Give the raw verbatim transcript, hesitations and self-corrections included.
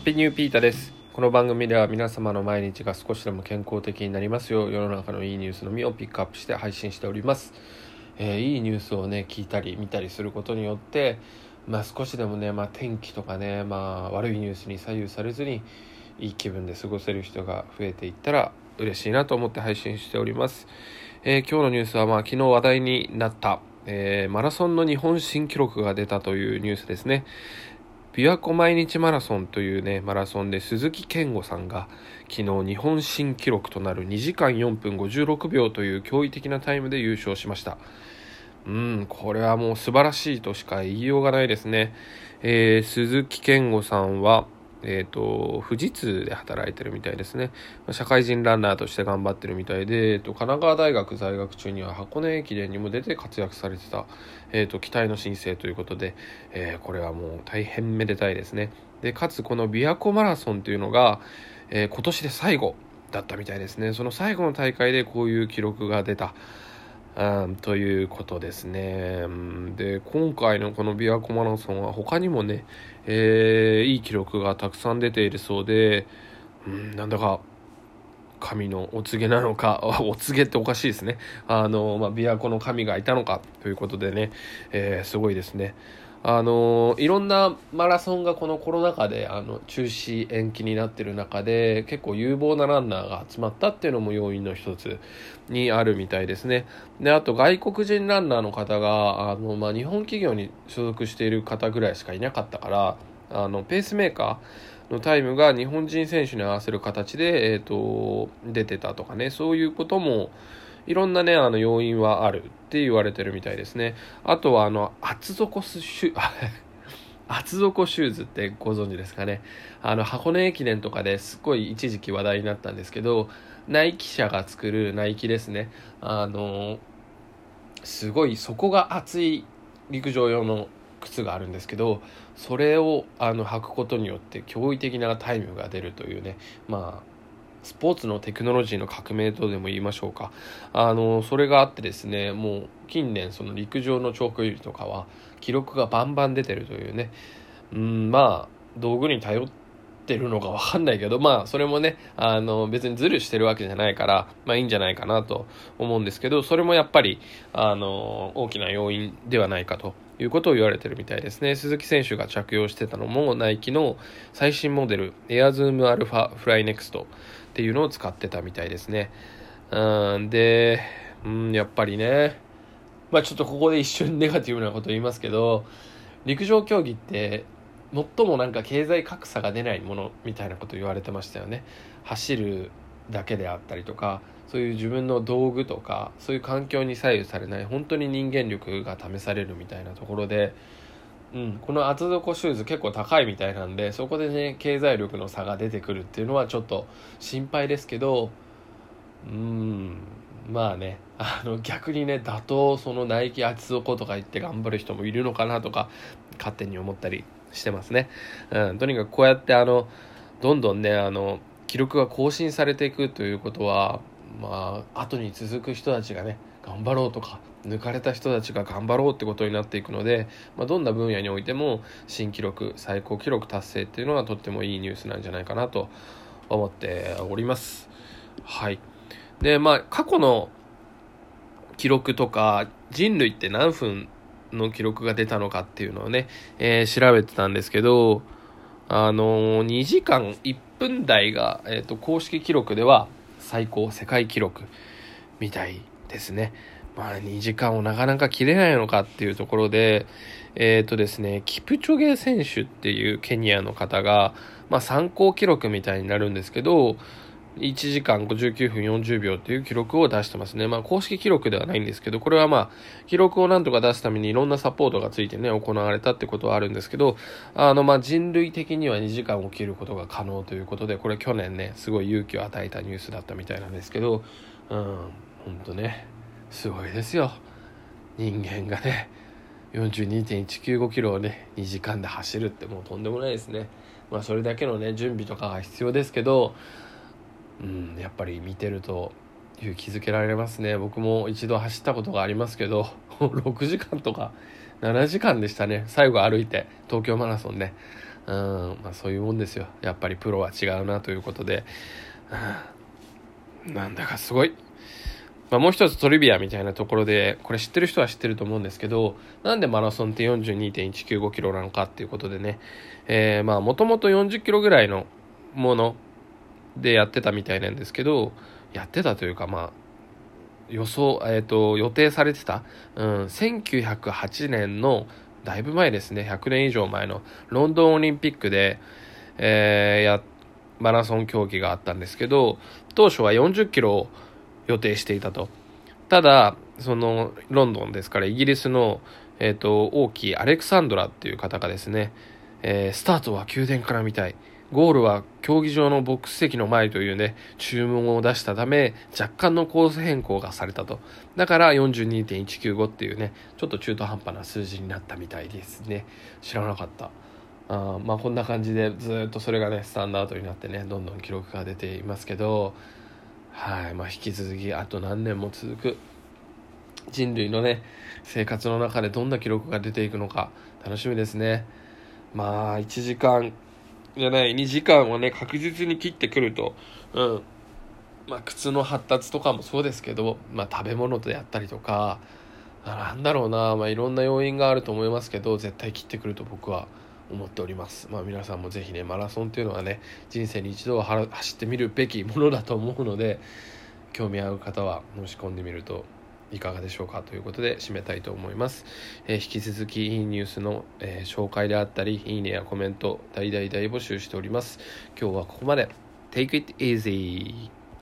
ピニューピータです。この番組では皆様の毎日が少しでも健康的になりますよう、世の中のいいニュースのみをピックアップして配信しております。えー、いいニュースをね聞いたり見たりすることによって、まあ、少しでもね、まあ、天気とかね、まあ、悪いニュースに左右されずにいい気分で過ごせる人が増えていったら嬉しいなと思って配信しております。えー、今日のニュースは、まあ、昨日話題になった、えー、マラソンの日本新記録が出たというニュースですね。琵琶湖毎日マラソンというねマラソンで鈴木健吾さんが昨日日本新記録となるにじかんよんぷんごじゅうろくびょうという驚異的なタイムで優勝しました。うん、これはもう素晴らしいとしか言いようがないですね。えー、鈴木健吾さんはえっ、ー、と富士通で働いてるみたいですね。社会人ランナーとして頑張ってるみたいで、えー、と神奈川大学在学中には箱根駅伝にも出て活躍されてた、えー、と期待の新星ということで、えー、これはもう大変めでたいですね。でかつこの琵琶湖マラソンというのが、えー、今年で最後だったみたいですね。その最後の大会でこういう記録が出たうん、ということですね。で今回のこの琵琶湖マラソンは他にもね、えー、いい記録がたくさん出ているそうで、うん、なんだか神のお告げなのかお告げっておかしいですね。あの、まあ、琵琶湖の神がいたのかということでね、えー、すごいですね。あのいろんなマラソンがこのコロナ禍であの中止延期になっている中で結構有望なランナーが集まったっていうのも要因の一つにあるみたいですね。であと外国人ランナーの方があの、まあ、日本企業に所属している方ぐらいしかいなかったからあのペースメーカーのタイムが日本人選手に合わせる形で、えーと、出てたとかね、そういうこともいろんなねあの要因はあるって言われてるみたいですね。あとはあの厚底シュ厚底シューズってご存知ですかね。あの箱根駅伝とかですごい一時期話題になったんですけど、ナイキ社が作るナイキですね。あのすごい底が厚い陸上用の靴があるんですけど、それをあの履くことによって驚異的なタイムが出るというね、まあスポーツのテクノロジーの革命とでも言いましょうか。あのそれがあってですね、もう近年その陸上の長距離とかは記録がバンバン出てるというね、うんまあ道具に頼ってるのか分かんないけど、まあそれもねあの別にズルしてるわけじゃないからまあいいんじゃないかなと思うんですけど、それもやっぱりあの大きな要因ではないかということを言われてるみたいですね。鈴木選手が着用してたのもナイキの最新モデルエアズームアルファフライネクストっていうのを使ってたみたいですね。うんで、うん、やっぱりね、まあちょっとここで一瞬ネガティブなこと言いますけど、陸上競技って最もなんか経済格差が出ないものみたいなこと言われてましたよね。走るだけであったりとか、そういう自分の道具とかそういう環境に左右されない本当に人間力が試されるみたいなところで、うん、この厚底シューズ結構高いみたいなんで、そこでね経済力の差が出てくるっていうのはちょっと心配ですけど、うーんまあねあの逆にね打倒そのナイキ厚底とか言って頑張る人もいるのかなとか勝手に思ったりしてますね。うん、とにかくこうやってあのどんどんねあの記録が更新されていくということは、まあ後に続く人たちがね頑張ろうとか抜かれた人たちが頑張ろうってことになっていくので、まあ、どんな分野においても新記録最高記録達成っていうのはとってもいいニュースなんじゃないかなと思っております。はい。でまあ過去の記録とか人類って何分の記録が出たのかっていうのをね、えー、調べてたんですけど、あのー、にじかんいっぷん台が、えーと、公式記録では最高世界記録みたいですね。まあにじかんをなかなか切れないのかっていうところで、えっとですね、キプチョゲ選手っていうケニアの方が、まあ参考記録みたいになるんですけど、いちじかんごじゅうきゅうふんよんじゅうびょうという記録を出してますね。まあ公式記録ではないんですけど、これはまあ記録をなんとか出すためにいろんなサポートがついてね行われたってことはあるんですけど、あのまあ人類的にはにじかんを切ることが可能ということで、これ去年ねすごい勇気を与えたニュースだったみたいなんですけど、うん、ほんとねすごいですよ。人間がね よんじゅうにてんいちきゅうご キロをねにじかんで走るってもうとんでもないですね。まあそれだけのね準備とかが必要ですけど、うん、やっぱり見てると勇気づけられますね。僕も一度走ったことがありますけどろくじかんとかななじかんでしたね、最後歩いて東京マラソンね。 うん、まあ、そういうもんですよ。やっぱりプロは違うなということで、うん、なんだかすごい。まあ、もう一つトリビアみたいなところで、これ知ってる人は知ってると思うんですけど、なんでマラソンって よんじゅうにてんいちきゅうご キロなのかっていうことでね、えー、まあもともとよんじゅっキロぐらいのものでやってたみたいなんですけど、やってたというか、まあ予想、えっと、予定されてた、うん、せんきゅうひゃくはちねんのだいぶ前ですね、ひゃくねん以上前のロンドンオリンピックで、えー、やマラソン競技があったんですけど、当初はよんじゅっキロを予定していたと。ただそのロンドンですからイギリスの、えー、と王妃アレクサンドラっていう方がですね、えー、スタートは宮殿から見たい、ゴールは競技場のボックス席の前というね注文を出したため、若干のコース変更がされたと。だから よんじゅうにてんいちきゅうご っていうねちょっと中途半端な数字になったみたいですね。知らなかった。あまあこんな感じでずっとそれがねスタンダードになってねどんどん記録が出ていますけど、はい、まあ、引き続きあと何年も続く人類のね生活の中でどんな記録が出ていくのか楽しみですね。まあいちじかんじゃないにじかんをね確実に切ってくると、うんまあ靴の発達とかもそうですけど、まあ食べ物でやったりとか、なんだろうな、まあいろんな要因があると思いますけど、絶対切ってくると僕は思っております。まあ皆さんもぜひねマラソンっていうのはね人生に一度は走ってみるべきものだと思うので、興味ある方は申し込んでみるといかがでしょうかということで締めたいと思います。えー、引き続きいいニュースの、えー、紹介であったりいいねやコメント大大大募集しております。今日はここまで。 Take it easy.